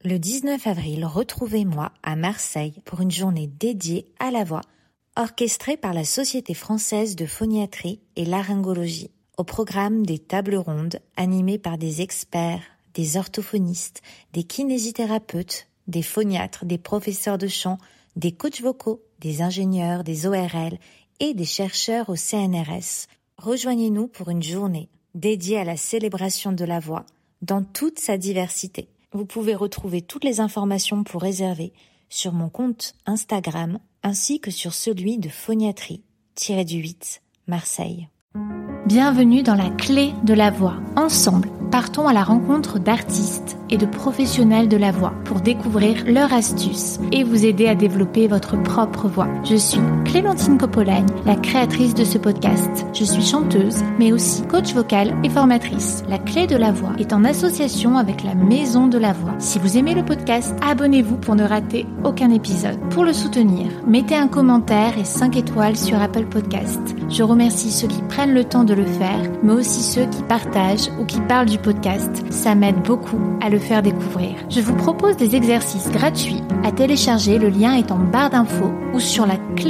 Le 19 avril, retrouvez-moi à Marseille pour une journée dédiée à la voix, orchestrée par la Société française de phoniatrie et laryngologie. Au programme des tables rondes animées par des experts, des orthophonistes, des kinésithérapeutes, des phoniatres, des professeurs de chant, des coachs vocaux, des ingénieurs, des ORL et des chercheurs au CNRS. Rejoignez-nous pour une journée dédiée à la célébration de la voix dans toute sa diversité. Vous pouvez retrouver toutes les informations pour réserver sur mon compte Instagram ainsi que sur celui de phoniatrie-8 Marseille. Bienvenue dans la clé de la voix. Ensemble, partons à la rencontre d'artistes et de professionnels de la voix pour découvrir leurs astuces et vous aider à développer votre propre voix. Je suis Clémentine Coppolagne, la créatrice de ce podcast. Je suis chanteuse, mais aussi coach vocal et formatrice. La clé de la voix est en association avec la Maison de la Voix. Si vous aimez le podcast, abonnez-vous pour ne rater aucun épisode. Pour le soutenir, mettez un commentaire et 5 étoiles sur Apple Podcast. Je remercie ceux qui prennent le temps de le faire, mais aussi ceux qui partagent ou qui parlent du podcast. Ça m'aide beaucoup à le faire découvrir. Je vous propose des exercices gratuits à télécharger, le lien est en barre d'infos ou sur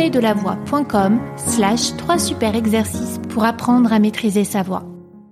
laclédelavoix.com/3 super exercices pour apprendre à maîtriser sa voix.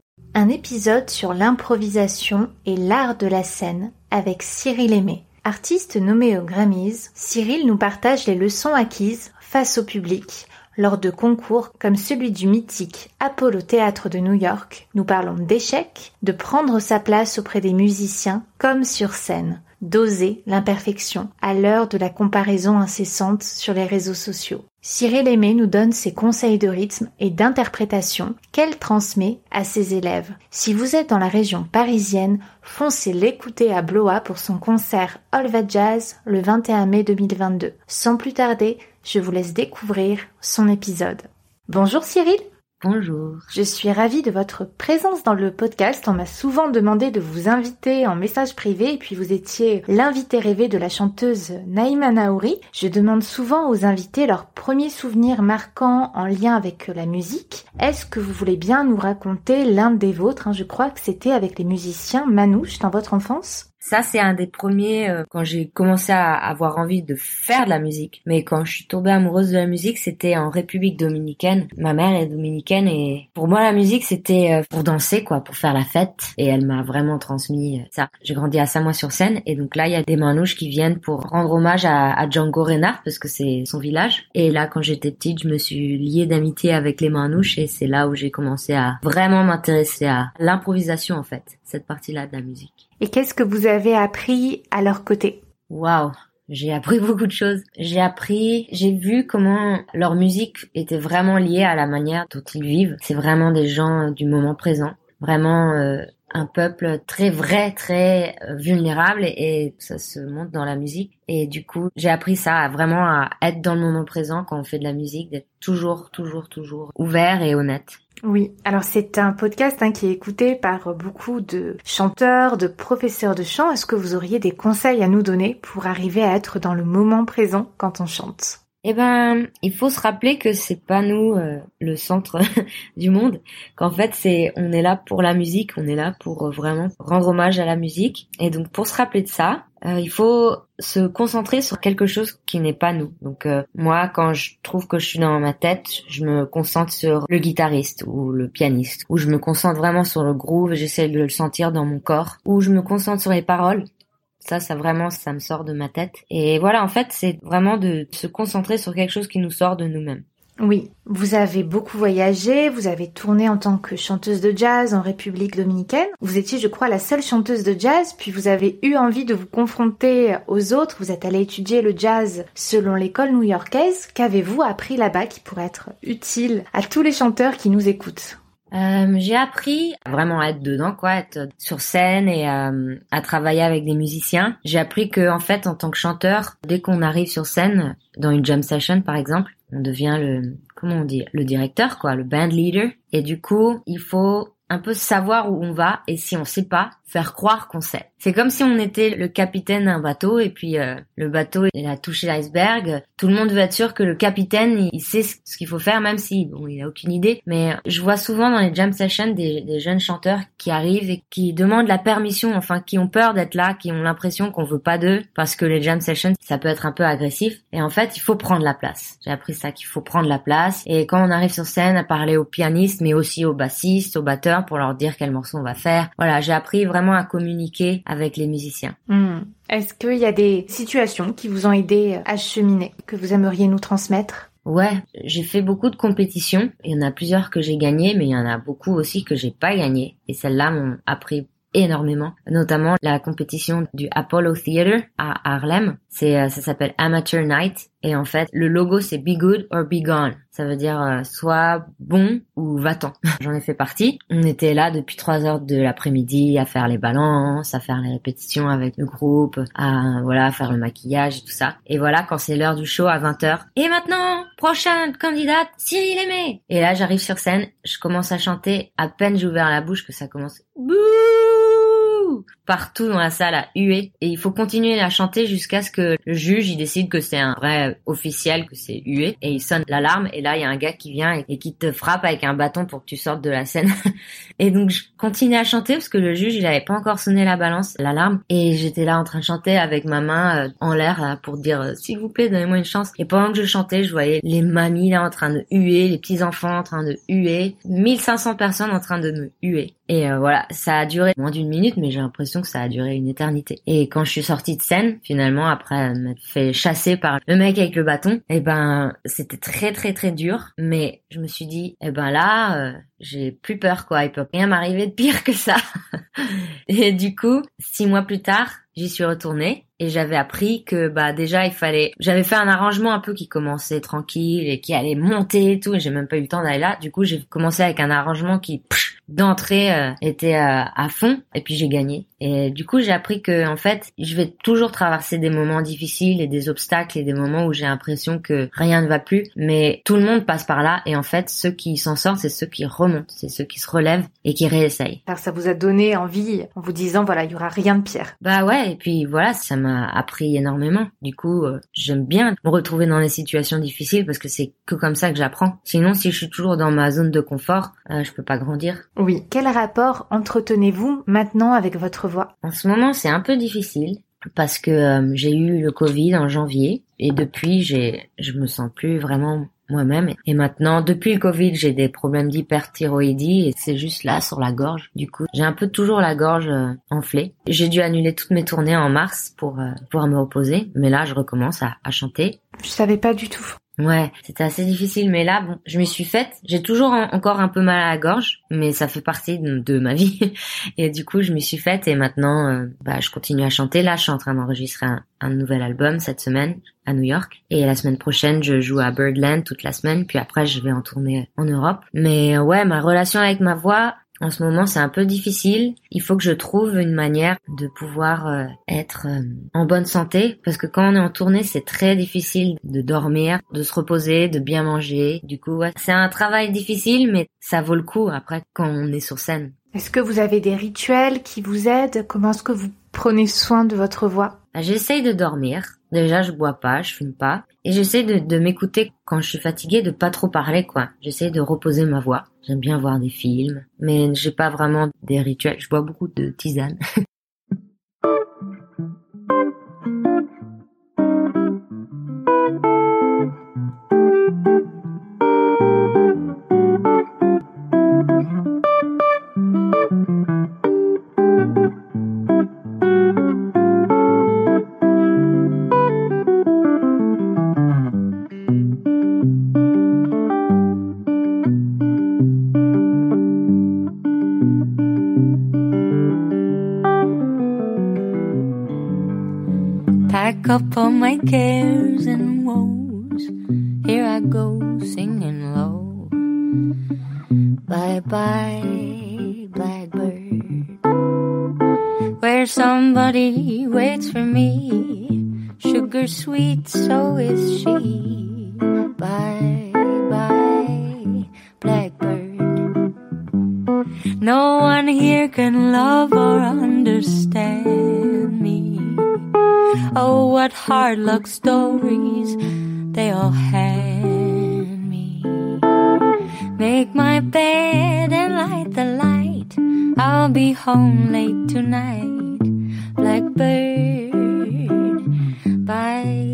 Un épisode sur l'improvisation et l'art de la scène avec Cyril Aimé. Artiste nommé aux Grammys, Cyril nous partage les leçons acquises face au public lors de concours comme celui du mythique Apollo Théâtre de New York. Nous parlons d'échecs, de prendre sa place auprès des musiciens comme sur scène, d'oser l'imperfection à l'heure de la comparaison incessante sur les réseaux sociaux. Cyril Aimé nous donne ses conseils de rythme et d'interprétation qu'elle transmet à ses élèves. Si vous êtes dans la région parisienne, foncez l'écouter à Blois pour son concert All That Jazz le 21 mai 2022. Sans plus tarder, je vous laisse découvrir son épisode. Bonjour Cyril. Bonjour. Je suis ravie de votre présence dans le podcast. On m'a souvent demandé de vous inviter en message privé et puis vous étiez l'invité rêvé de la chanteuse Naïma Naouri. Je demande souvent aux invités leurs premiers souvenirs marquants en lien avec la musique. Est-ce que vous voulez bien nous raconter l'un des vôtres? Je crois que c'était avec les musiciens Manouche dans votre enfance. Ça, c'est un des premiers quand j'ai commencé à avoir envie de faire de la musique. Mais quand je suis tombée amoureuse de la musique, c'était en République dominicaine. Ma mère est dominicaine et pour moi, la musique, c'était pour danser, quoi, pour faire la fête. Et elle m'a vraiment transmis ça. J'ai grandi à Samois-sur-Seine et donc là, il y a des Manouches qui viennent pour rendre hommage à Django Reinhardt parce que c'est son village. Et là, quand j'étais petite, je me suis liée d'amitié avec les Manouches et c'est là où j'ai commencé à vraiment m'intéresser à l'improvisation, en fait, cette partie-là de la musique. Et qu'est-ce que vous avez appris à leur côté? Waouh, j'ai appris beaucoup de choses. J'ai vu comment leur musique était vraiment liée à la manière dont ils vivent. C'est vraiment des gens du moment présent, vraiment un peuple très vrai, très vulnérable et ça se montre dans la musique. Et du coup, j'ai appris ça, vraiment à être dans le moment présent quand on fait de la musique, d'être toujours ouvert et honnête. Oui, alors c'est un podcast qui est écouté par beaucoup de chanteurs, de professeurs de chant. Est-ce que vous auriez des conseils à nous donner pour arriver à être dans le moment présent quand on chante? Il faut se rappeler que c'est pas nous le centre du monde, qu'en fait on est là pour la musique, on est là pour vraiment rendre hommage à la musique. Et donc pour se rappeler de ça, il faut se concentrer sur quelque chose qui n'est pas nous. Donc moi, quand je trouve que je suis dans ma tête, je me concentre sur le guitariste ou le pianiste, ou je me concentre vraiment sur le groove, j'essaie de le sentir dans mon corps, ou je me concentre sur les paroles. Ça me sort de ma tête. Et voilà, en fait, c'est vraiment de se concentrer sur quelque chose qui nous sort de nous-mêmes. Oui, vous avez beaucoup voyagé, vous avez tourné en tant que chanteuse de jazz en République dominicaine. Vous étiez, je crois, la seule chanteuse de jazz, puis vous avez eu envie de vous confronter aux autres. Vous êtes allée étudier le jazz selon l'école new-yorkaise. Qu'avez-vous appris là-bas qui pourrait être utile à tous les chanteurs qui nous écoutent? J'ai appris vraiment à être dedans, quoi, être sur scène et à travailler avec des musiciens. J'ai appris que, en fait, en tant que chanteur, dès qu'on arrive sur scène, dans une jam session, par exemple, on devient le directeur, quoi, le band leader. Et du coup, il faut un peu savoir où on va et si on sait pas, faire croire qu'on sait. C'est comme si on était le capitaine d'un bateau et puis le bateau il a touché l'iceberg. Tout le monde veut être sûr que le capitaine il sait ce qu'il faut faire même si bon il a aucune idée. Mais je vois souvent dans les jam sessions des jeunes chanteurs qui arrivent et qui demandent la permission, enfin qui ont peur d'être là, qui ont l'impression qu'on veut pas d'eux parce que les jam sessions ça peut être un peu agressif. Et en fait il faut prendre la place. J'ai appris ça qu'il faut prendre la place et quand on arrive sur scène à parler aux pianistes mais aussi aux bassistes, aux batteurs pour leur dire quel morceau on va faire. Voilà, j'ai appris vraiment à communiquer avec les musiciens. Est-ce qu'il y a des situations qui vous ont aidé à cheminer, que vous aimeriez nous transmettre? Ouais, j'ai fait beaucoup de compétitions. Il y en a plusieurs que j'ai gagnées, mais il y en a beaucoup aussi que j'ai pas gagnées. Et celles-là m'ont appris énormément, notamment la compétition du Apollo Theater à Harlem. Ça s'appelle Amateur Night et en fait le logo c'est Be Good or Be Gone. Ça veut dire soit bon ou va-t'en. J'en ai fait partie. On était là depuis 3 heures de l'après-midi à faire les balances, à faire les répétitions avec le groupe, à faire le maquillage et tout ça. Et voilà, quand c'est l'heure du show à 20h. Et maintenant, prochaine candidate, Cyril Aimé. Et là, j'arrive sur scène, je commence à chanter. À peine j'ai ouvert la bouche que ça commence. Bouh! Partout dans la salle à huer et il faut continuer à chanter jusqu'à ce que le juge il décide que c'est un vrai officiel, que c'est huer et il sonne l'alarme et là il y a un gars qui vient et qui te frappe avec un bâton pour que tu sortes de la scène. Et donc je continue à chanter parce que le juge il avait pas encore sonné l'alarme et j'étais là en train de chanter avec ma main en l'air là, pour dire s'il vous plaît donnez-moi une chance. Et pendant que je chantais je voyais les mamies là en train de huer, les petits enfants en train de huer, 1500 personnes en train de me huer. Et voilà, ça a duré moins d'1 minute, mais j'ai l'impression que ça a duré une éternité. Et quand je suis sortie de scène, finalement, après m'être fait chasser par le mec avec le bâton, c'était très très très dur. Mais je me suis dit, là, j'ai plus peur quoi, il peut rien m'arriver de pire que ça. Et du coup, 6 mois plus tard, j'y suis retournée. Et j'avais appris que déjà j'avais fait un arrangement un peu qui commençait tranquille et qui allait monter et tout, et j'ai même pas eu le temps d'aller là. Du coup, j'ai commencé avec un arrangement qui d'entrée était à fond et puis j'ai gagné. Et du coup, j'ai appris que en fait, je vais toujours traverser des moments difficiles et des obstacles et des moments où j'ai l'impression que rien ne va plus, mais tout le monde passe par là et en fait, ceux qui s'en sortent, c'est ceux qui remontent, c'est ceux qui se relèvent et qui réessayent. Alors ça vous a donné envie en vous disant voilà, il y aura rien de pire. Bah ouais, et puis voilà, ça m'a appris énormément. Du coup, j'aime bien me retrouver dans des situations difficiles parce que c'est que comme ça que j'apprends. Sinon, si je suis toujours dans ma zone de confort, je peux pas grandir. Oui. Quel rapport entretenez-vous maintenant avec votre voix? En ce moment, c'est un peu difficile parce que j'ai eu le Covid en janvier et depuis, je me sens plus vraiment moi-même. Et maintenant, depuis le Covid, j'ai des problèmes d'hyperthyroïdie et c'est juste là, sur la gorge. Du coup, j'ai un peu toujours la gorge enflée. J'ai dû annuler toutes mes tournées en mars pour pouvoir me reposer. Mais là, je recommence à chanter. Je savais pas du tout. Ouais, c'était assez difficile, mais là, bon, je m'y suis faite. J'ai toujours encore un peu mal à la gorge, mais ça fait partie de ma vie. Et du coup, je m'y suis faite et maintenant, je continue à chanter. Là, je suis en train d'enregistrer un nouvel album cette semaine à New York. Et la semaine prochaine, je joue à Birdland toute la semaine. Puis après, je vais en tournée en Europe. Mais ouais, ma relation avec ma voix, en ce moment, c'est un peu difficile. Il faut que je trouve une manière de pouvoir être en bonne santé. Parce que quand on est en tournée, c'est très difficile de dormir, de se reposer, de bien manger. Du coup, ouais, c'est un travail difficile, mais ça vaut le coup après quand on est sur scène. Est-ce que vous avez des rituels qui vous aident? Comment est-ce que vous prenez soin de votre voix? J'essaye de dormir. Déjà, je bois pas, je fume pas. Et j'essaie de m'écouter quand je suis fatiguée, de pas trop parler, quoi. J'essaie de reposer ma voix. J'aime bien voir des films, mais j'ai pas vraiment des rituels. Je bois beaucoup de tisane. Pack up all my cares and woes. Here I go singing low. Bye bye, blackbird. Where somebody waits for me. Sugar sweet, so is she. Bye bye, blackbird. No one here can love or understand me. Oh, what hard luck stories they all hand me. Make my bed and light the light. I'll be home late tonight. Blackbird, bye.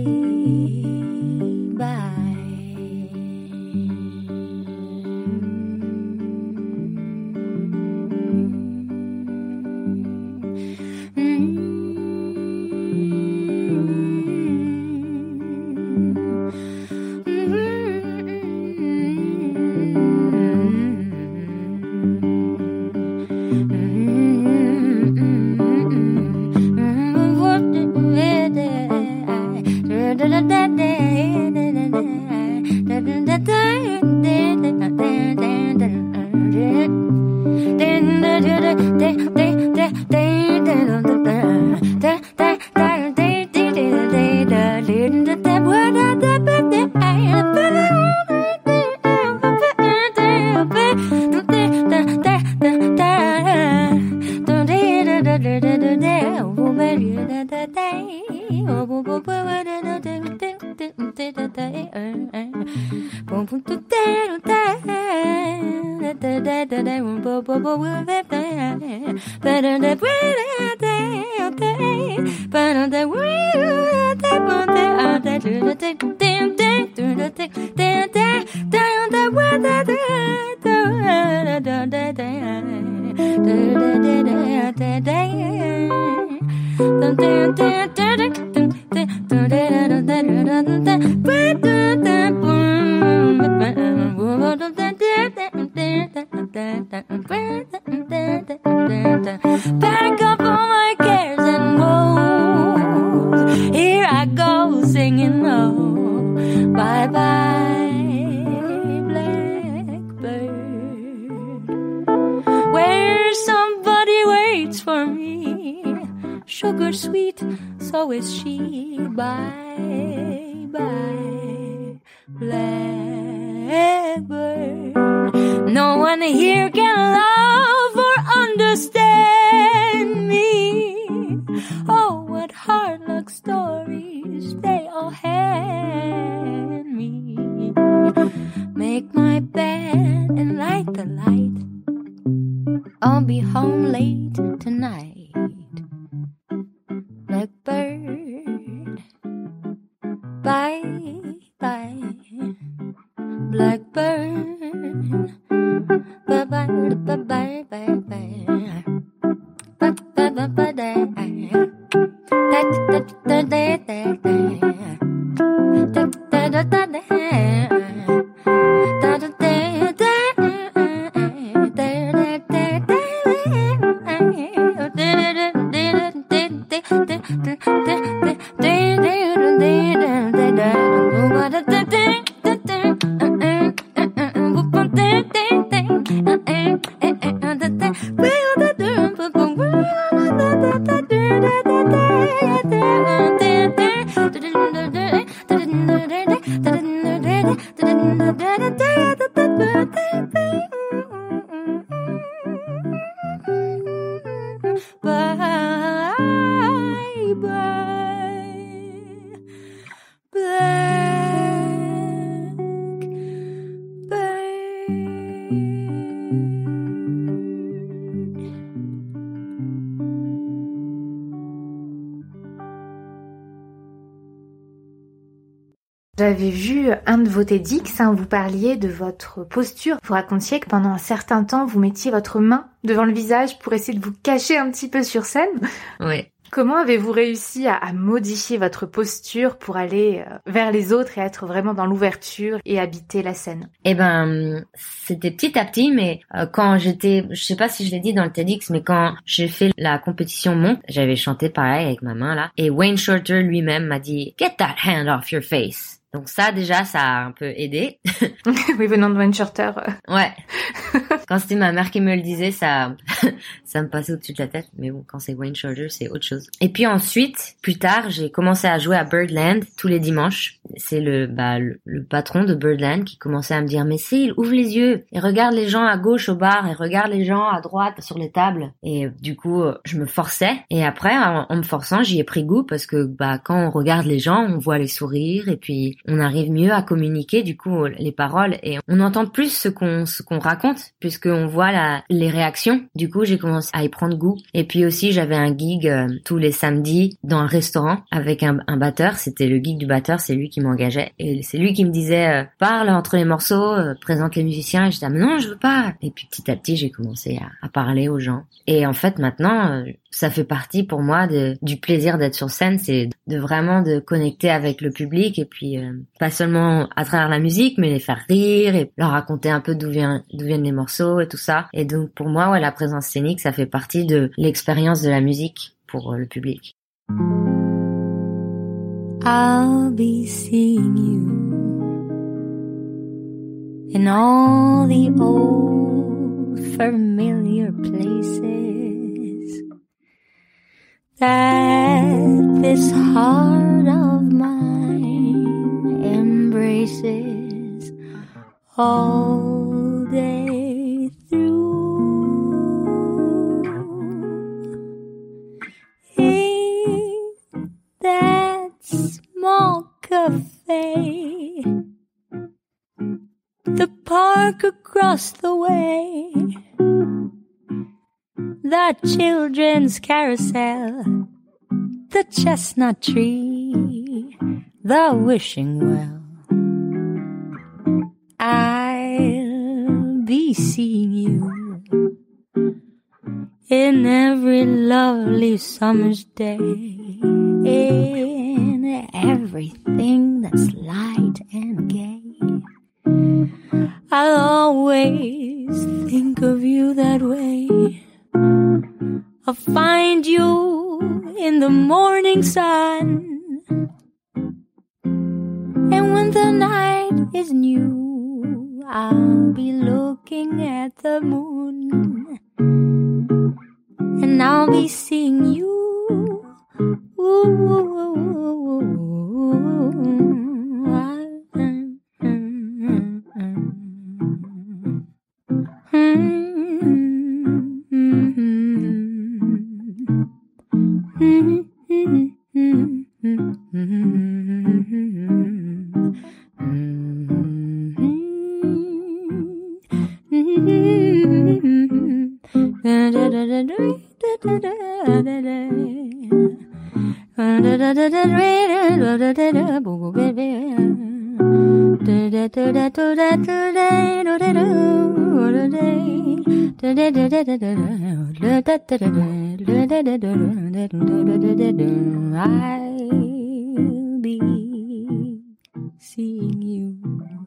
Pack up all my cares and woes. Here I go singing low. Bye bye, blackbird. Where somebody waits for me. Sugar sweet, so is she. Bye bye, blackbird. No one here can love or understand me. Oh, what hard luck stories they all hand me. Make my bed and light the light. I'll be home late tonight. Blackbird, bye bye, blackbird. Bye bye bye bye bye bye. Bye bye bye bye bye. Da da da da da da. Da da da da da. Da da da da. Da da da da. J'avais vu un de vos TEDx, vous parliez de votre posture. Vous racontiez que pendant un certain temps, vous mettiez votre main devant le visage pour essayer de vous cacher un petit peu sur scène. Oui. Comment avez-vous réussi à modifier votre posture pour aller vers les autres et être vraiment dans l'ouverture et habiter la scène? C'était petit à petit, mais quand j'étais, je sais pas si je l'ai dit dans le TEDx, mais quand j'ai fait la compétition Monte, j'avais chanté pareil avec ma main là, et Wayne Shorter lui-même m'a dit « Get that hand off your face ». Donc ça, déjà, ça a un peu aidé. Oui, venant de Wayne Shorter. Ouais. Quand c'était ma mère qui me le disait, ça me passait au-dessus de la tête. Mais bon, quand c'est Wayne Shorter, c'est autre chose. Et puis ensuite, plus tard, j'ai commencé à jouer à Birdland tous les dimanches. c'est le patron de Birdland qui commençait à me dire mais Cécile, ouvre les yeux et regarde les gens à gauche au bar et regarde les gens à droite sur les tables. Et du coup je me forçais et après en me forçant j'y ai pris goût parce que quand on regarde les gens on voit les sourires et puis on arrive mieux à communiquer du coup les paroles et on entend plus ce qu'on raconte puisqu'on voit les réactions. Du coup j'ai commencé à y prendre goût et puis aussi j'avais un gig tous les samedis dans un restaurant avec un batteur. C'était le gig du batteur, c'est lui qui m'engageait et c'est lui qui me disait parle entre les morceaux, présente les musiciens et j'étais mais non je veux pas. Et puis petit à petit j'ai commencé à parler aux gens et en fait maintenant ça fait partie pour moi du plaisir d'être sur scène, c'est de vraiment de connecter avec le public et puis pas seulement à travers la musique mais les faire rire et leur raconter un peu d'où viennent les morceaux et tout ça. Et donc pour moi la présence scénique ça fait partie de l'expérience de la musique pour le public. I'll be seeing you in all the old familiar places that this heart of mine embraces all day through. In that small cafe, the park across the way, the children's carousel, the chestnut tree, the wishing well. I'll be seeing you in every lovely summer's day, in everything that's light and gay. I'll always think of you that way. I'll find you in the morning sun, and when the night is new, I'll be looking at the moon, and I'll be seeing you. I'll be seeing you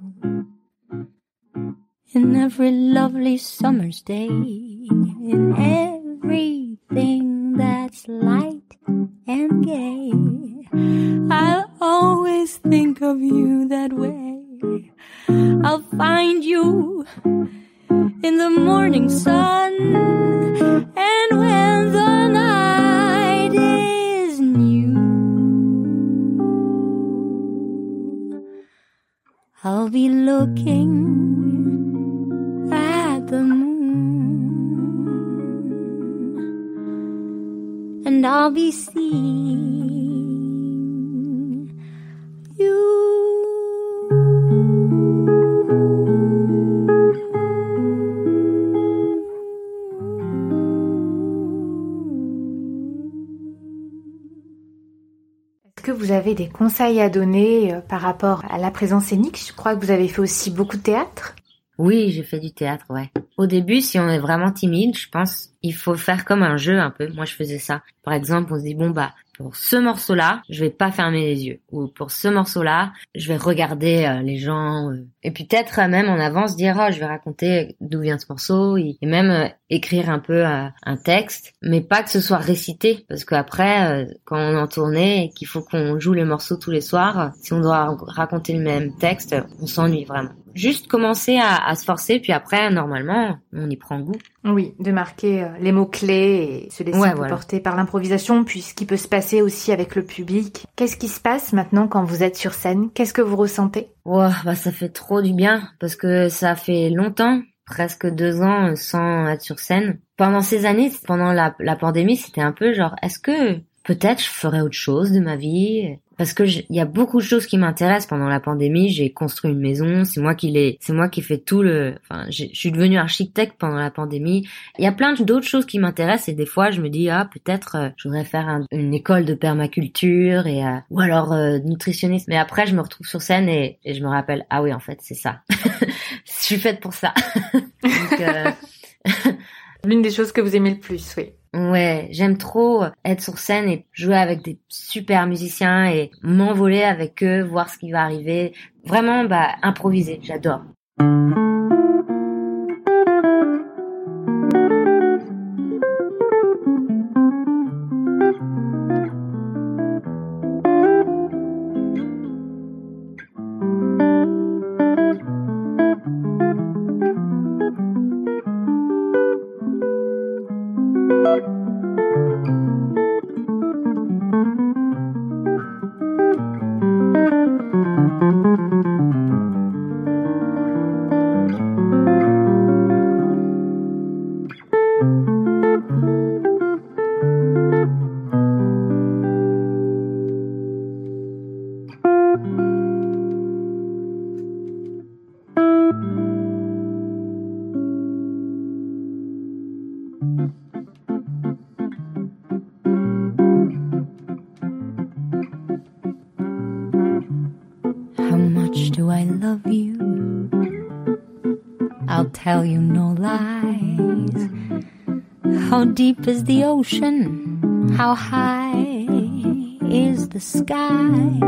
in every lovely summer's day, in everything that's light and gay. I'll always think of you that way. I'll find you in the morning sun, and when the night is new, I'll be looking at the moon, and I'll be seeing you. Est-ce que vous avez des conseils à donner par rapport à la présence scénique? Je crois que vous avez fait aussi beaucoup de théâtre. Oui, j'ai fait du théâtre, ouais. Au début, si on est vraiment timide, je pense, il faut faire comme un jeu un peu. Moi, je faisais ça. Par exemple, on se dit, pour ce morceau-là, je vais pas fermer les yeux. Ou pour ce morceau-là, je vais regarder les gens. Et puis peut-être même en avance dire, je vais raconter d'où vient ce morceau. Et même écrire un peu un texte. Mais pas que ce soit récité. Parce qu'après, quand on est en tournée et qu'il faut qu'on joue les morceaux tous les soirs, si on doit raconter le même texte, on s'ennuie vraiment. juste commencer à se forcer, puis après, normalement, on y prend goût. Oui, de marquer les mots-clés et se laisser porter par l'improvisation, puis ce qui peut se passer aussi avec le public. Qu'est-ce qui se passe maintenant quand vous êtes sur scène? Qu'est-ce que vous ressentez? Ça fait trop du bien, parce que ça fait longtemps, presque 2 ans sans être sur scène. Pendant ces années, pendant la pandémie, c'était un peu genre, est-ce que peut-être je ferais autre chose de ma vie? Parce que il y a beaucoup de choses qui m'intéressent. Pendant la pandémie, j'ai construit une maison, c'est moi qui fais tout je suis devenue architecte pendant la pandémie. Il y a plein d'autres choses qui m'intéressent et des fois je me dis peut-être je voudrais faire une école de permaculture ou alors nutritionniste. Mais après je me retrouve sur scène et je me rappelle oui en fait c'est ça. Je suis faite pour ça. Donc, l'une des choses que vous aimez le plus, oui. Ouais, j'aime trop être sur scène et jouer avec des super musiciens et m'envoler avec eux, voir ce qui va arriver. Vraiment, improviser, j'adore. Do I love you? I'll tell you no lies. How deep is the ocean? How high is the sky?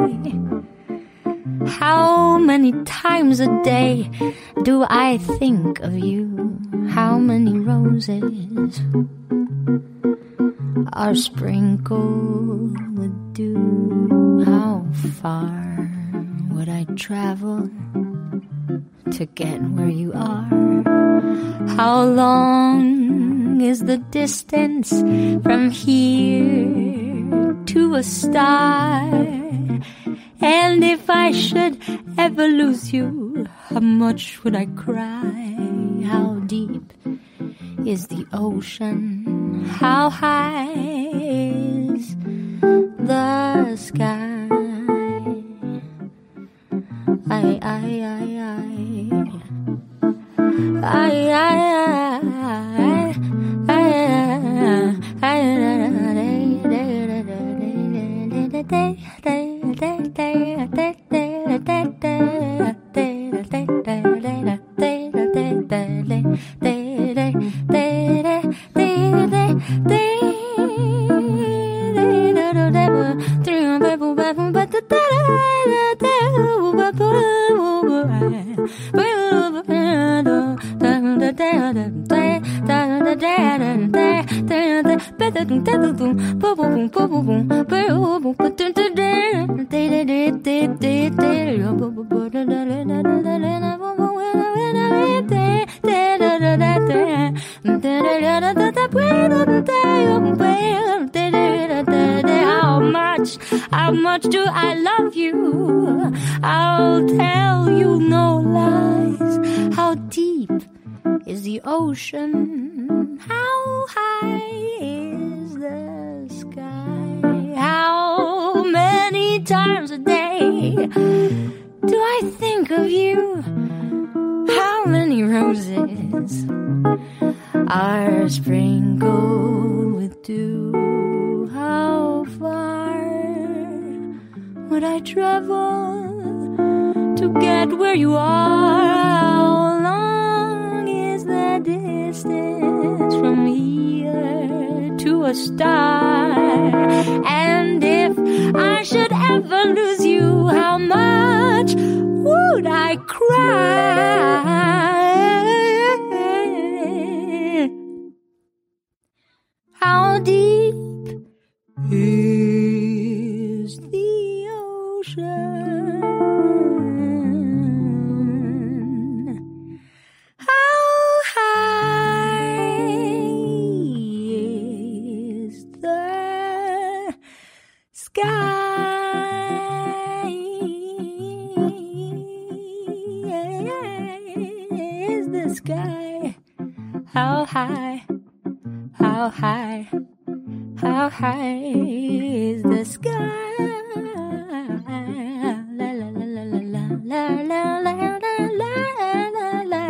How many times a day do I think of you? How many roses are sprinkled with dew? How far would I travel to get where you are? How long is the distance from here to a star? And if I should ever lose you, how much would I cry? How deep is the ocean? How high is the sky? How much do I love you? I'll tell you no lies. How deep is the ocean? How high is the sky? How many times a day do I think of you? How many roses are sprinkled with dew? How far would I travel to get where you are? How long is the distance from here to a star? And if I should ever lose you, how much would I cry? How deep is the ocean? is the sky? How high? How high? How high is the sky? La la la la la la la la la la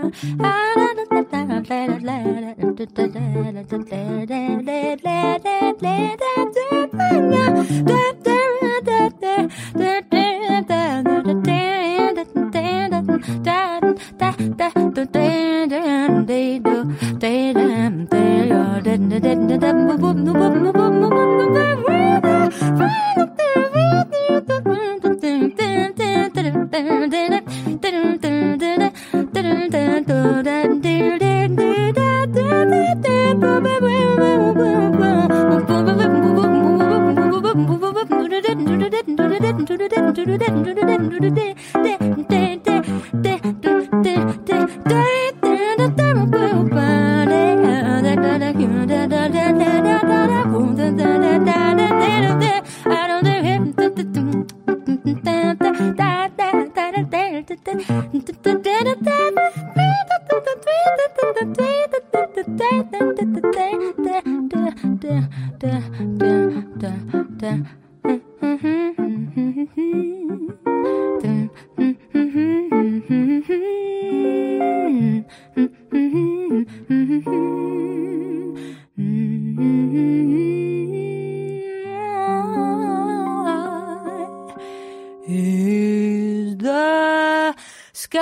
is the sky.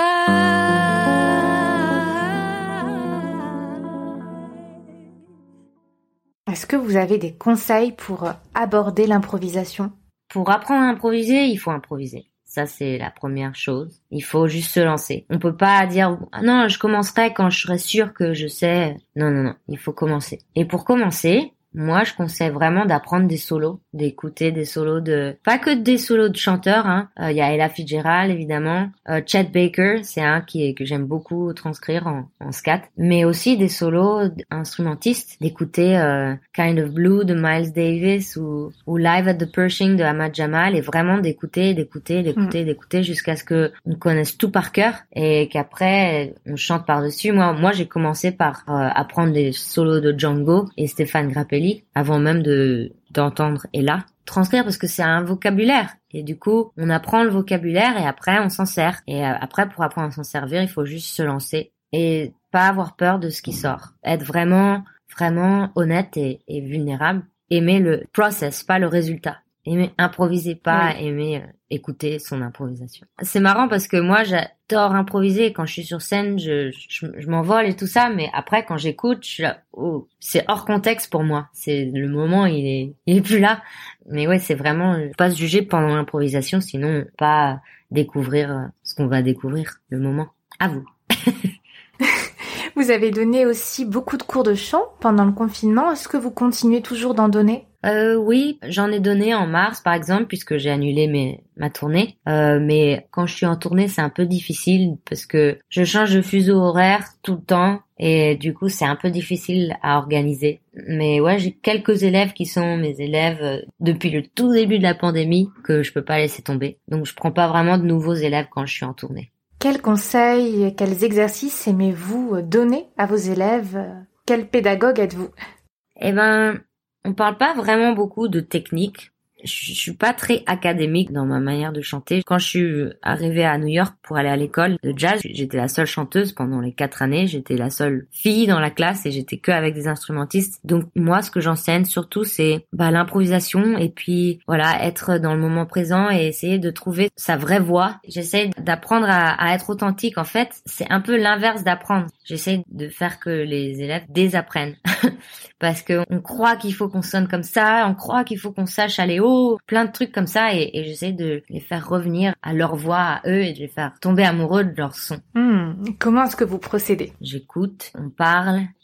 Est-ce que vous avez des conseils pour aborder l'improvisation? Pour apprendre à improviser, il faut improviser. Ça, c'est la première chose. Il faut juste se lancer. On peut pas dire « Ah non, je commencerai quand je serai sûr que je sais. » Non, non, non. Il faut commencer. Et pour commencer, moi, je conseille vraiment d'apprendre des solos, d'écouter des solos pas que des solos de chanteurs, hein. Y a Ella Fitzgerald, évidemment. Chet Baker, c'est un que j'aime beaucoup transcrire en scat. Mais aussi des solos instrumentistes, d'écouter, Kind of Blue de Miles Davis ou Live at the Pershing de Ahmad Jamal et vraiment d'écouter jusqu'à ce que on connaisse tout par cœur et qu'après, on chante par-dessus. Moi, j'ai commencé par, apprendre des solos de Django et Stéphane Grappelli avant même d'entendre Ella transcrire parce que c'est un vocabulaire et du coup on apprend le vocabulaire et après on s'en sert et après pour apprendre à s'en servir il faut juste se lancer et pas avoir peur de ce qui sort, être vraiment honnête et vulnérable, aimer le process, pas le résultat, aimer improviser, pas aimer écouter son improvisation. C'est marrant parce que moi j'adore improviser, quand je suis sur scène je m'envole et tout ça, mais après quand j'écoute je suis là, oh, c'est hors contexte pour moi, c'est le moment il est plus là. Mais ouais, c'est vraiment pas se juger pendant l'improvisation, sinon pas découvrir ce qu'on va découvrir le moment. À vous. Vous avez donné aussi beaucoup de cours de chant pendant le confinement. Est-ce que vous continuez toujours d'en donner? Oui, j'en ai donné en mars par exemple puisque j'ai annulé ma tournée. Mais quand je suis en tournée, c'est un peu difficile parce que je change de fuseau horaire tout le temps et du coup, c'est un peu difficile à organiser. Mais ouais, j'ai quelques élèves qui sont mes élèves depuis le tout début de la pandémie que je peux pas laisser tomber. Donc je prends pas vraiment de nouveaux élèves quand je suis en tournée. Quels conseils, quels exercices aimez-vous donner à vos élèves? Quel pédagogue êtes-vous? Eh ben, on parle pas vraiment beaucoup de technique. Je suis pas très académique dans ma manière de chanter. Quand je suis arrivée à New York pour aller à l'école de jazz, j'étais la seule chanteuse pendant les 4 années. J'étais la seule fille dans la classe et j'étais que avec des instrumentistes. Donc moi, ce que j'enseigne surtout, c'est l'improvisation et puis voilà, être dans le moment présent et essayer de trouver sa vraie voix. J'essaie d'apprendre à être authentique. En fait, c'est un peu l'inverse d'apprendre. J'essaie de faire que les élèves désapprennent. Parce que on croit qu'il faut qu'on sonne comme ça, on croit qu'il faut qu'on sache aller haut, plein de trucs comme ça et j'essaie de les faire revenir à leur voix, à eux et de les faire tomber amoureux de leur son. Comment est-ce que vous procédez? J'écoute, on parle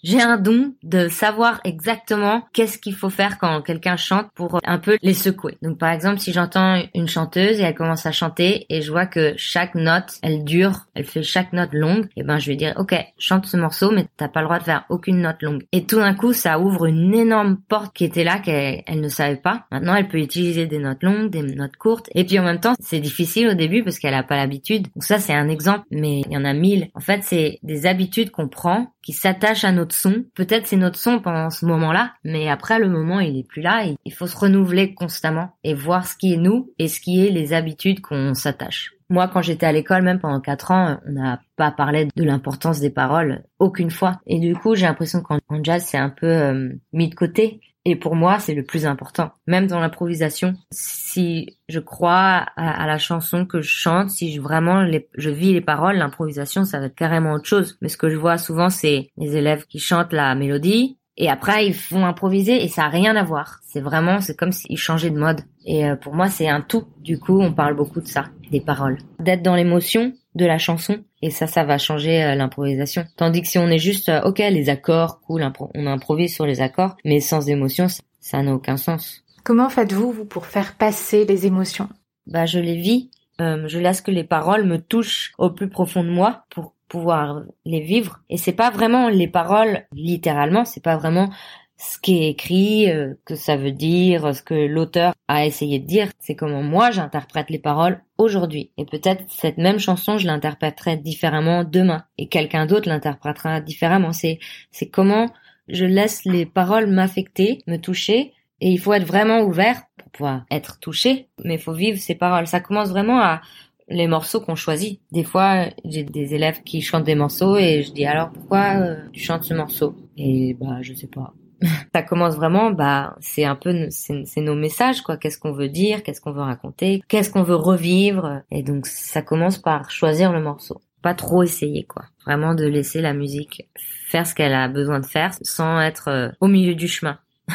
J'ai un don de savoir exactement qu'est-ce qu'il faut faire quand quelqu'un chante pour un peu les secouer. Donc par exemple, si j'entends une chanteuse et elle commence à chanter et je vois que chaque note, elle dure, elle fait chaque note longue, et ben je vais dire OK, chante ce morceau mais t'as pas le droit de faire aucune note longue. Et tout d'un coup, ça ouvre une énorme porte qui était là qu'elle ne savait pas. Maintenant, elle peut utiliser des notes longues, des notes courtes, et puis en même temps, c'est difficile au début parce qu'elle a pas l'habitude. Donc ça, c'est un exemple, mais il y en a 1000. En fait, c'est des habitudes qu'on prend qui s'attachent à notre son. Peut-être c'est notre son pendant ce moment-là, mais après le moment il est plus là. Il faut se renouveler constamment et voir ce qui est nous et ce qui est les habitudes qu'on s'attache. Moi, quand j'étais à l'école, même pendant 4 ans, on n'a pas parlé de l'importance des paroles aucune fois. Et du coup, j'ai l'impression qu'en jazz, c'est un peu mis de côté. Et pour moi, c'est le plus important. Même dans l'improvisation, si je crois à la chanson que je chante, si je vis les paroles, l'improvisation, ça va être carrément autre chose. Mais ce que je vois souvent, c'est les élèves qui chantent la mélodie et après ils vont improviser et ça a rien à voir. C'est comme s'ils changeaient de mode. Et pour moi, c'est un tout. Du coup, on parle beaucoup de ça, des paroles. D'être dans l'émotion de la chanson. Et ça va changer l'improvisation. Tandis que si on est juste, OK, les accords, cool, on improvise sur les accords, mais sans émotion, ça n'a aucun sens. Comment faites-vous, vous, pour faire passer les émotions? Je les vis. Je laisse que les paroles me touchent au plus profond de moi pour pouvoir les vivre. Et c'est pas vraiment les paroles, littéralement, c'est pas vraiment ce qui est écrit, que ça veut dire, ce que l'auteur a essayé de dire. C'est comment moi j'interprète les paroles aujourd'hui. Et peut-être cette même chanson, je l'interpréterai différemment demain. Et quelqu'un d'autre l'interprétera différemment. C'est comment je laisse les paroles m'affecter, me toucher. Et il faut être vraiment ouvert pour pouvoir être touché. Mais il faut vivre ces paroles. Ça commence vraiment à les morceaux qu'on choisit. Des fois, j'ai des élèves qui chantent des morceaux et je dis alors pourquoi tu chantes ce morceau? Et je sais pas. Ça commence vraiment, c'est un peu, c'est nos messages, quoi. Qu'est-ce qu'on veut dire, qu'est-ce qu'on veut raconter, qu'est-ce qu'on veut revivre. Et donc, ça commence par choisir le morceau. Pas trop essayer, quoi. Vraiment de laisser la musique faire ce qu'elle a besoin de faire sans être au milieu du chemin.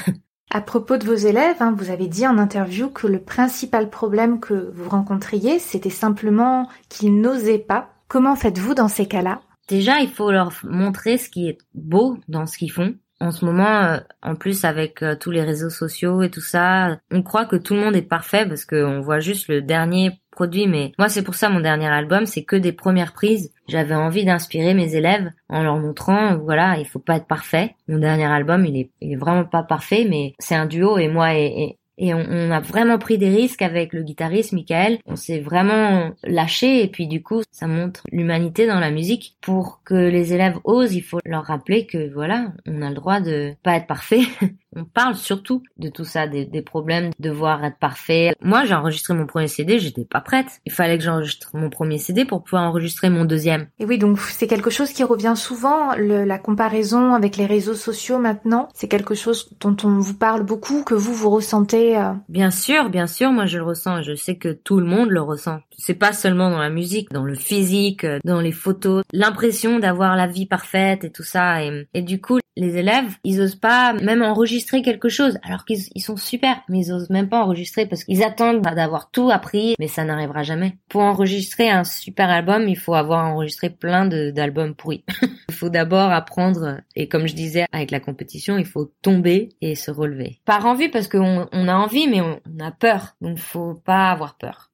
À propos de vos élèves, vous avez dit en interview que le principal problème que vous rencontriez, c'était simplement qu'ils n'osaient pas. Comment faites-vous dans ces cas-là? Déjà, il faut leur montrer ce qui est beau dans ce qu'ils font. En ce moment, en plus avec tous les réseaux sociaux et tout ça, on croit que tout le monde est parfait parce qu'on voit juste le dernier produit. Mais moi, c'est pour ça mon dernier album, c'est que des premières prises. J'avais envie d'inspirer mes élèves en leur montrant, voilà, il faut pas être parfait. Mon dernier album, il est vraiment pas parfait, mais c'est un duo et moi et on a vraiment pris des risques avec le guitariste Michael. On s'est vraiment lâché et puis du coup, ça montre l'humanité dans la musique. Pour que les élèves osent, il faut leur rappeler que voilà, on a le droit de pas être parfait. On parle surtout de tout ça, des problèmes de devoir être parfait. Moi, j'ai enregistré mon premier CD, j'étais pas prête. Il fallait que j'enregistre mon premier CD pour pouvoir enregistrer mon deuxième. Et oui, donc c'est quelque chose qui revient souvent, la comparaison avec les réseaux sociaux maintenant. C'est quelque chose dont on vous parle beaucoup, que vous ressentez. Bien sûr, moi je le ressens. Je sais que tout le monde le ressent. C'est pas seulement dans la musique, dans le physique, dans les photos. L'impression d'avoir la vie parfaite et tout ça. Et du coup, les élèves, ils osent pas même enregistrer quelque chose, alors qu'ils sont super, mais ils osent même pas enregistrer parce qu'ils attendent d'avoir tout appris, mais ça n'arrivera jamais. Pour enregistrer un super album, il faut avoir enregistré plein d'albums pourris. Il faut d'abord apprendre, et comme je disais avec la compétition, il faut tomber et se relever. Par envie, parce qu'on a envie, mais on a peur, donc faut pas avoir peur.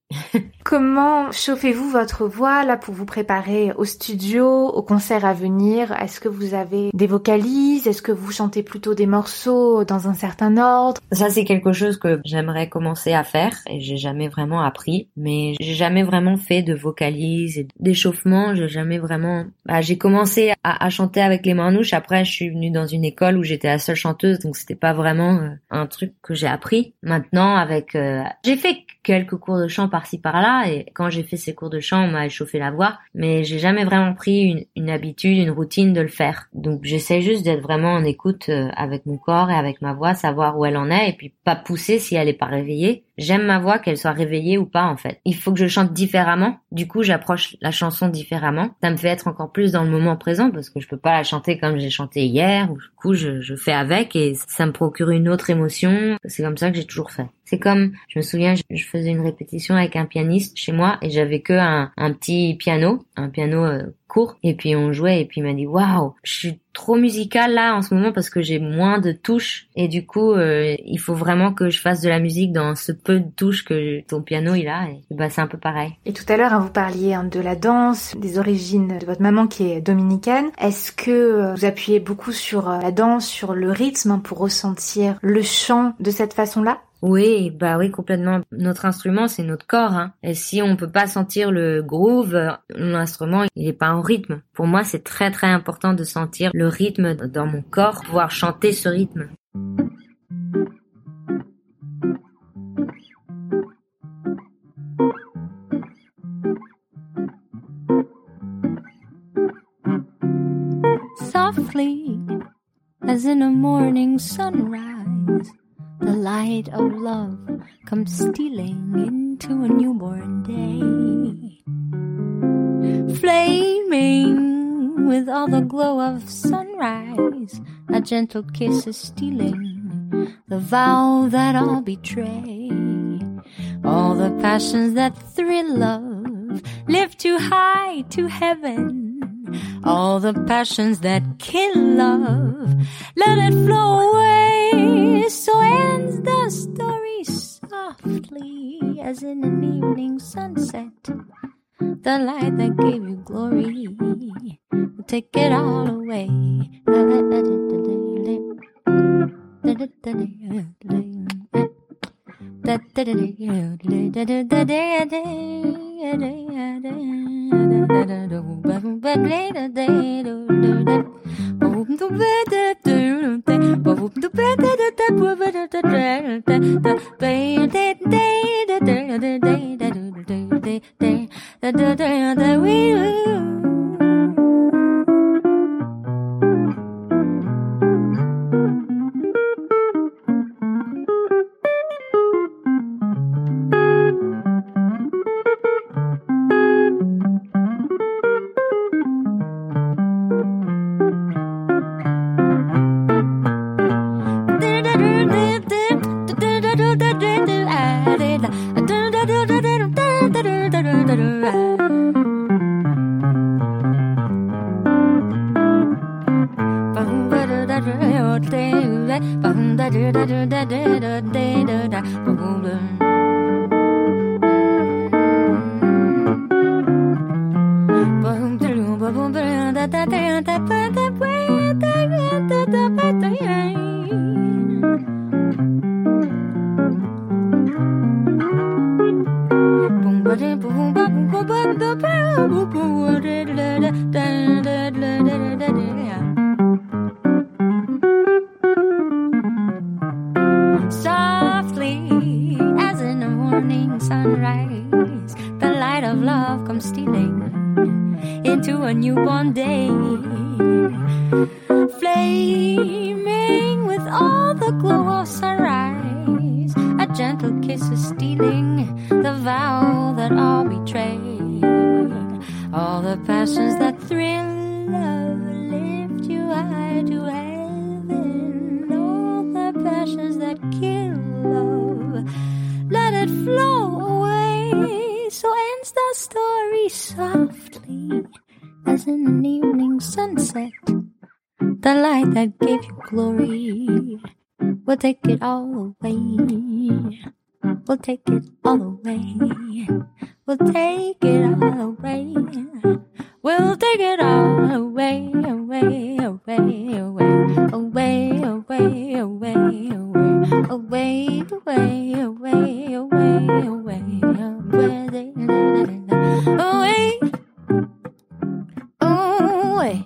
Comment chauffez-vous votre voix là pour vous préparer au studio, au concert à venir? Est-ce que vous avez des vocalises? Est-ce que vous chantez plutôt des morceaux dans un certain ordre? Ça, c'est quelque chose que j'aimerais commencer à faire et j'ai jamais vraiment appris, mais j'ai jamais vraiment fait de vocalises et d'échauffement. J'ai jamais vraiment... j'ai commencé à chanter avec les manouches. Après, je suis venue dans une école où j'étais la seule chanteuse, donc c'était pas vraiment un truc que j'ai appris. Maintenant, avec... j'ai fait quelques cours de chant par-ci par-là et quand j'ai fait ces cours de chant, on m'a échauffé la voix, mais j'ai jamais vraiment pris une habitude, une routine de le faire. Donc j'essaie juste d'être vraiment en écoute avec mon corps et avec ma voix, savoir où elle en est et puis pas pousser si elle est pas réveillée. J'aime ma voix, qu'elle soit réveillée ou pas en fait. Il faut que je chante différemment, du coup j'approche la chanson différemment. Ça me fait être encore plus dans le moment présent parce que je peux pas la chanter comme j'ai chanté hier, ou du coup je fais avec et ça me procure une autre émotion. C'est comme ça que j'ai toujours fait. C'est comme, je me souviens, je faisais une répétition avec un pianiste chez moi et j'avais que un petit piano, court, et puis on jouait et puis il m'a dit waouh, je suis trop musicale là en ce moment parce que j'ai moins de touches et du coup il faut vraiment que je fasse de la musique dans ce peu de touches que ton piano il a et bah c'est un peu pareil. Et tout à l'heure vous parliez de la danse, des origines de votre maman qui est dominicaine. Est-ce que vous appuyez beaucoup sur la danse, sur le rythme pour ressentir le chant de cette façon-là? Oui, complètement. Notre instrument, c'est notre corps, hein. Et si on peut pas sentir le groove, l'instrument, il est pas en rythme. Pour moi, c'est très très important de sentir le rythme dans mon corps, pouvoir chanter ce rythme. Softly, as in a morning sunrise, the light of love comes stealing into a newborn day. Flaming with all the glow of sunrise, a gentle kiss is stealing the vow that I'll betray. All the passions that thrill love lift too high to heaven. All the passions that kill love, let it flow away. So ends the story softly, as in an evening sunset. The light that gave you glory will take it all away. Softly, as in a morning sunrise, the light of love comes stealing into a newborn day. Flaming with all the glow of sunrise, a gentle kiss is stealing the vow that I'll betray. All the passions that thrill love lift you high to heaven. All the passions that kill love, let it flow away. So ends the story softly, as in an evening sunset. The light that gave you glory will take it all away. We'll take it all away. We'll take it all away. We'll take it all away, away, away, away, away, away, away, away, away, away, away, away, away, away,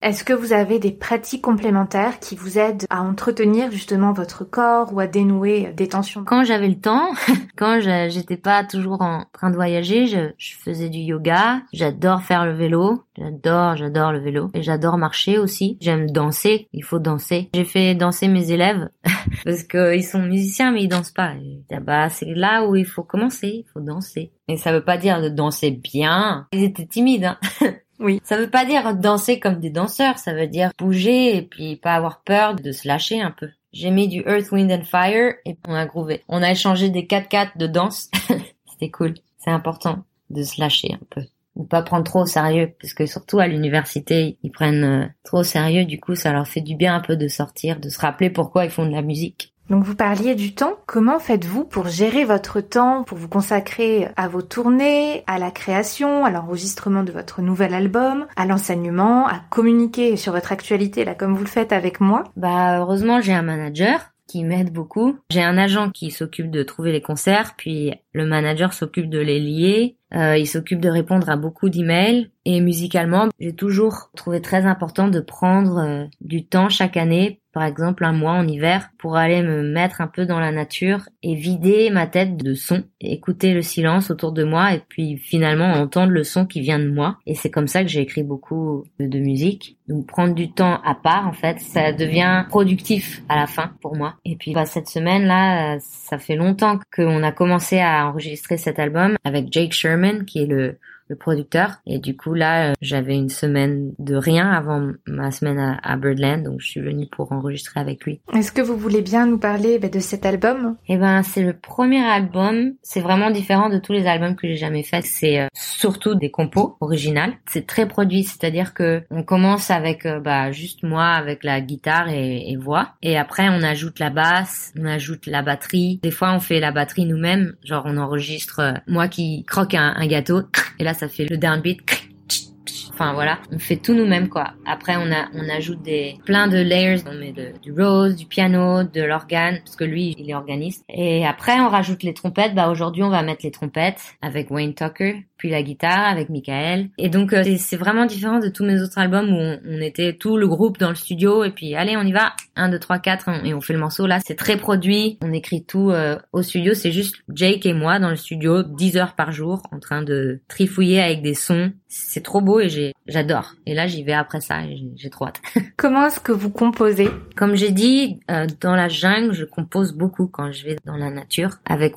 Est-ce que vous avez des pratiques complémentaires qui vous aident à entretenir justement votre corps ou à dénouer des tensions? Quand j'avais le temps, quand j'étais pas toujours en train de voyager, je faisais du yoga. J'adore faire le vélo. J'adore le vélo. Et j'adore marcher aussi. J'aime danser. Il faut danser. J'ai fait danser mes élèves parce que ils sont musiciens mais ils dansent pas. Et, c'est là où il faut commencer. Il faut danser. Et ça veut pas dire de danser bien. Ils étaient timides, hein. Oui. Ça veut pas dire danser comme des danseurs, ça veut dire bouger et puis pas avoir peur de se lâcher un peu. J'ai mis du Earth, Wind and Fire et on a groové. On a échangé des 4/4 de danse. C'était cool. C'est important de se lâcher un peu. Ou pas prendre trop au sérieux, parce que surtout à l'université, ils prennent trop au sérieux, du coup ça leur fait du bien un peu de sortir, de se rappeler pourquoi ils font de la musique. Donc vous parliez du temps. Comment faites-vous pour gérer votre temps, pour vous consacrer à vos tournées, à la création, à l'enregistrement de votre nouvel album, à l'enseignement, à communiquer sur votre actualité, là, comme vous le faites avec moi? Heureusement, j'ai un manager qui m'aide beaucoup. J'ai un agent qui s'occupe de trouver les concerts, puis le manager s'occupe de les lier. Il s'occupe de répondre à beaucoup d'emails. Et musicalement, j'ai toujours trouvé très important de prendre du temps chaque année, par exemple un mois en hiver, pour aller me mettre un peu dans la nature et vider ma tête de son, écouter le silence autour de moi et puis finalement entendre le son qui vient de moi. Et c'est comme ça que j'ai écrit beaucoup de musique. Donc prendre du temps à part, en fait, ça devient productif à la fin pour moi. Et puis cette semaine-là, ça fait longtemps qu'on a commencé à enregistrer cet album avec Jake Sherman, qui est le producteur. Et du coup, là, j'avais une semaine de rien avant ma semaine à Birdland, donc je suis venue pour enregistrer avec lui. Est-ce que vous voulez bien nous parler de cet album? C'est le premier album. C'est vraiment différent de tous les albums que j'ai jamais faits. C'est surtout des compos originales. C'est très produit, c'est-à-dire que on commence avec juste moi avec la guitare et voix. Et après, on ajoute la basse, on ajoute la batterie. Des fois, on fait la batterie nous-mêmes. Genre, on enregistre moi qui croque un gâteau. Et là, ça fait le downbeat. Enfin voilà, on fait tout nous-mêmes quoi. Après on ajoute plein de layers, on met du rose, du piano, de l'organe parce que lui il est organiste. Et après on rajoute les trompettes. Aujourd'hui on va mettre les trompettes avec Wayne Tucker, puis la guitare avec Michael. Et donc c'est vraiment différent de tous mes autres albums où on était tout le groupe dans le studio et puis allez on y va, 1, 2, 3, 4 et on fait le morceau. Là c'est très produit, on écrit tout au studio, c'est juste Jake et moi dans le studio 10 heures par jour en train de trifouiller avec des sons. C'est trop beau et j'adore. Et là j'y vais après ça et j'ai trop hâte. Comment est-ce que vous composez? Comme j'ai dit, dans la jungle, je compose beaucoup quand je vais dans la nature.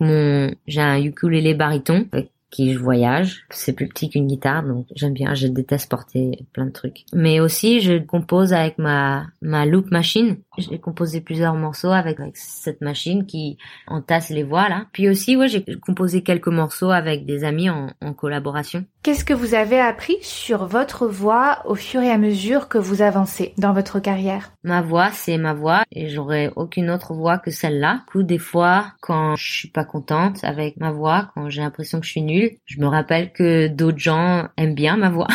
J'ai un ukulélé baryton avec qui je voyage. C'est plus petit qu'une guitare, donc j'aime bien. Je déteste porter plein de trucs. Mais aussi, je compose avec ma loop machine. J'ai composé plusieurs morceaux avec cette machine qui entasse les voix, là. Puis aussi, j'ai composé quelques morceaux avec des amis en collaboration. Qu'est-ce que vous avez appris sur votre voix au fur et à mesure que vous avancez dans votre carrière? Ma voix, c'est ma voix et j'aurais aucune autre voix que celle-là. Du coup, des fois, quand je suis pas contente avec ma voix, quand j'ai l'impression que je suis nulle, je me rappelle que d'autres gens aiment bien ma voix.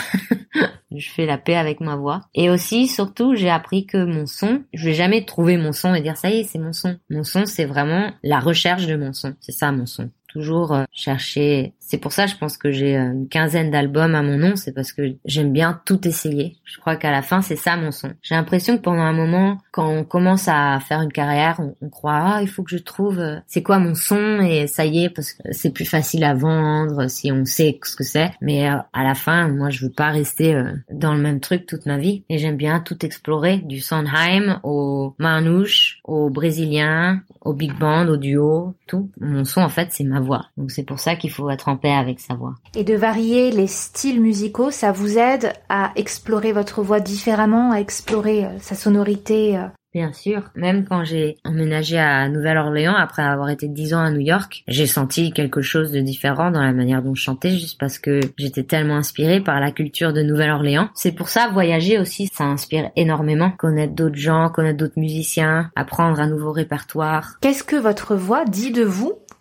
Je fais la paix avec ma voix. Et aussi, surtout, j'ai appris que mon son, je vais jamais trouver mon son et dire ça y est, c'est mon son. Mon son, c'est vraiment la recherche de mon son. C'est ça, mon son. Toujours chercher. C'est pour ça, je pense que j'ai une 15aine d'albums à mon nom. C'est parce que j'aime bien tout essayer. Je crois qu'à la fin, c'est ça mon son. J'ai l'impression que pendant un moment, quand on commence à faire une carrière, on croit il faut que je trouve c'est quoi mon son et ça y est parce que c'est plus facile à vendre si on sait ce que c'est. Mais à la fin, moi, je veux pas rester dans le même truc toute ma vie. Et j'aime bien tout explorer, du Sondheim au Manouche, au brésilien, au big band, au duo, tout. Mon son, en fait, c'est ma voix. Donc c'est pour ça qu'il faut être en paix avec sa voix. Et de varier les styles musicaux, ça vous aide à explorer votre voix différemment, à explorer sa sonorité Bien sûr. Même quand j'ai emménagé à Nouvelle-Orléans, après avoir été 10 ans à New York, j'ai senti quelque chose de différent dans la manière dont je chantais, juste parce que j'étais tellement inspirée par la culture de Nouvelle-Orléans. C'est pour ça, voyager aussi, ça inspire énormément. Connaître d'autres gens, connaître d'autres musiciens, apprendre un nouveau répertoire. Qu'est-ce que votre voix dit de vous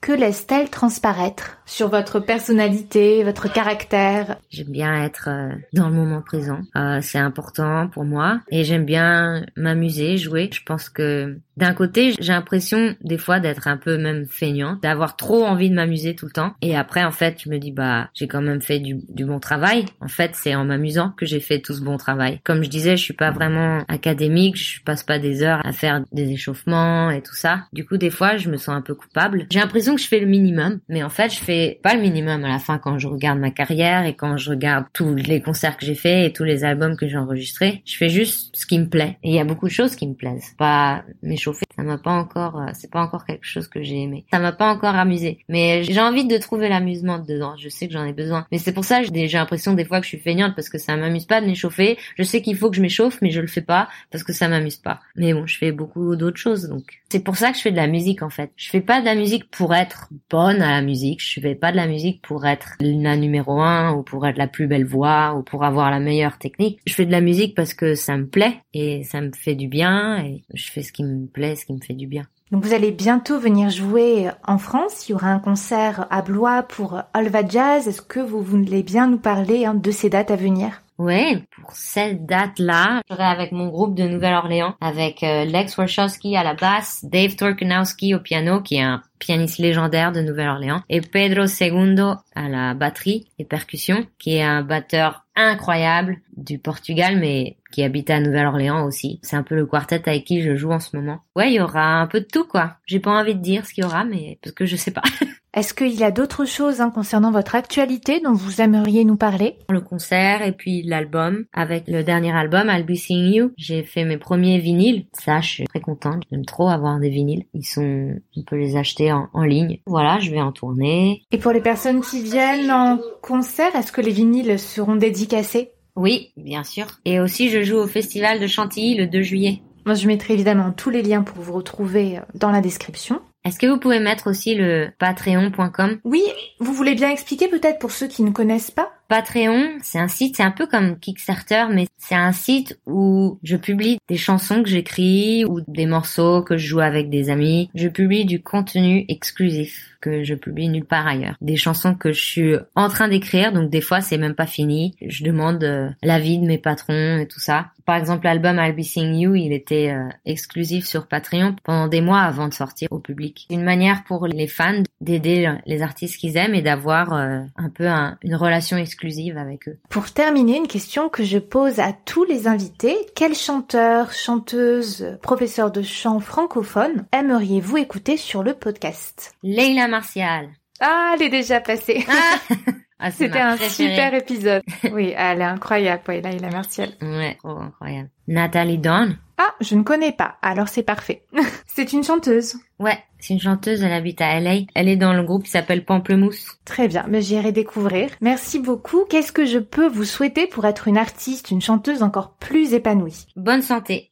que laisse-t-elle transparaître sur votre personnalité, votre caractère? J'aime bien être dans le moment présent. C'est important pour moi. Et j'aime bien m'amuser, jouer. Je pense que d'un côté, j'ai l'impression des fois d'être un peu même feignant, d'avoir trop envie de m'amuser tout le temps. Et après, en fait, je me dis, j'ai quand même fait du bon travail. En fait, c'est en m'amusant que j'ai fait tout ce bon travail. Comme je disais, je suis pas vraiment académique. Je passe pas des heures à faire des échauffements et tout ça. Du coup, des fois, je me sens un peu coupable. J'ai l'impression que je fais le minimum. Mais en fait, je fais pas le minimum à la fin quand je regarde ma carrière et quand je regarde tous les concerts que j'ai faits et tous les albums que j'ai enregistrés. Je fais juste ce qui me plaît. Et il y a beaucoup de choses qui me plaisent. Pas m'échauffer. Ça m'a pas encore, c'est pas encore quelque chose que j'ai aimé. Ça m'a pas encore amusé. Mais j'ai envie de trouver l'amusement dedans. Je sais que j'en ai besoin. Mais c'est pour ça que j'ai l'impression des fois que je suis feignante parce que ça m'amuse pas de m'échauffer. Je sais qu'il faut que je m'échauffe, mais je le fais pas parce que ça m'amuse pas. Mais bon, je fais beaucoup d'autres choses, donc. C'est pour ça que je fais de la musique, en fait. Je fais pas de la musique pour être bonne à la musique. Je fais pas de la musique pour être la numéro 1 ou pour être la plus belle voix ou pour avoir la meilleure technique. Je fais de la musique parce que ça me plaît et ça me fait du bien et je fais ce qui me plaît, ce qui me fait du bien. Donc vous allez bientôt venir jouer en France. Il y aura un concert à Blois pour Olva Jazz. Est-ce que vous voulez bien nous parler de ces dates à venir? Ouais, pour cette date-là, je serai avec mon groupe de Nouvelle-Orléans, avec Lex Warshawski à la basse, Dave Torkanowski au piano, qui est un pianiste légendaire de Nouvelle-Orléans, et Pedro Segundo à la batterie et percussion, qui est un batteur incroyable du Portugal, mais qui habite à Nouvelle-Orléans aussi. C'est un peu le quartet avec qui je joue en ce moment. Ouais, il y aura un peu de tout, quoi. J'ai pas envie de dire ce qu'il y aura, mais parce que je sais pas. Est-ce qu'il y a d'autres choses concernant votre actualité dont vous aimeriez nous parler? Le concert et puis l'album. Avec le dernier album, I'll Be Seeing You, j'ai fait mes premiers vinyles. Ça, je suis très contente. J'aime trop avoir des vinyles. On peut les acheter en ligne. Voilà, je vais en tournée. Et pour les personnes qui viennent en concert, est-ce que les vinyles seront dédicacés? Oui, bien sûr. Et aussi, je joue au Festival de Chantilly le 2 juillet. Moi, je mettrai évidemment tous les liens pour vous retrouver dans la description. Est-ce que vous pouvez mettre aussi le patreon.com? Oui, vous voulez bien expliquer peut-être pour ceux qui ne connaissent pas? Patreon, c'est un site, c'est un peu comme Kickstarter, mais c'est un site où je publie des chansons que j'écris ou des morceaux que je joue avec des amis. Je publie du contenu exclusif que je publie nulle part ailleurs. Des chansons que je suis en train d'écrire, donc des fois c'est même pas fini. Je demande l'avis de mes patrons et tout ça. Par exemple, l'album I'll Be Seeing You, il était exclusif sur Patreon pendant des mois avant de sortir au public. Une manière pour les fans d'aider les artistes qu'ils aiment et d'avoir un peu une relation exclusive avec eux. Pour terminer, une question que je pose à tous les invités. Quel chanteur, chanteuse, professeur de chant francophone aimeriez-vous écouter sur le podcast? Leila Martial. Ah, elle est déjà passée. C'était un super épisode. Oui, elle est incroyable, Leila Martial. Ouais, trop incroyable. Nathalie Dawn. Ah, je ne connais pas, alors c'est parfait. C'est une chanteuse. Ouais, c'est une chanteuse, elle habite à LA. Elle est dans le groupe qui s'appelle Pamplemousse. Très bien, mais j'irai découvrir. Merci beaucoup. Qu'est-ce que je peux vous souhaiter pour être une artiste, une chanteuse encore plus épanouie? Bonne santé.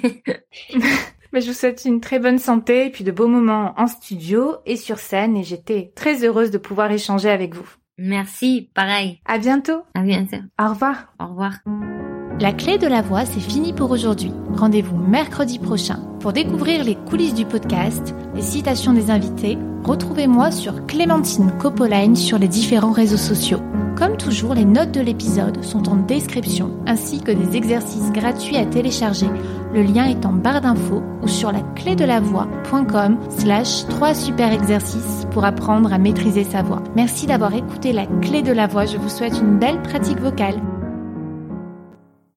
Mais je vous souhaite une très bonne santé et puis de beaux moments en studio et sur scène et j'étais très heureuse de pouvoir échanger avec vous. Merci, pareil. À bientôt. À bientôt. Au revoir. Au revoir. La clé de la voix, c'est fini pour aujourd'hui. Rendez-vous mercredi prochain pour découvrir les coulisses du podcast, les citations des invités. Retrouvez-moi sur Clémentine Copoline sur les différents réseaux sociaux. Comme toujours, les notes de l'épisode sont en description, ainsi que des exercices gratuits à télécharger. Le lien est en barre d'infos ou sur laclédelavoix.com/3 super exercices pour apprendre à maîtriser sa voix. Merci d'avoir écouté La Clé de la Voix. Je vous souhaite une belle pratique vocale.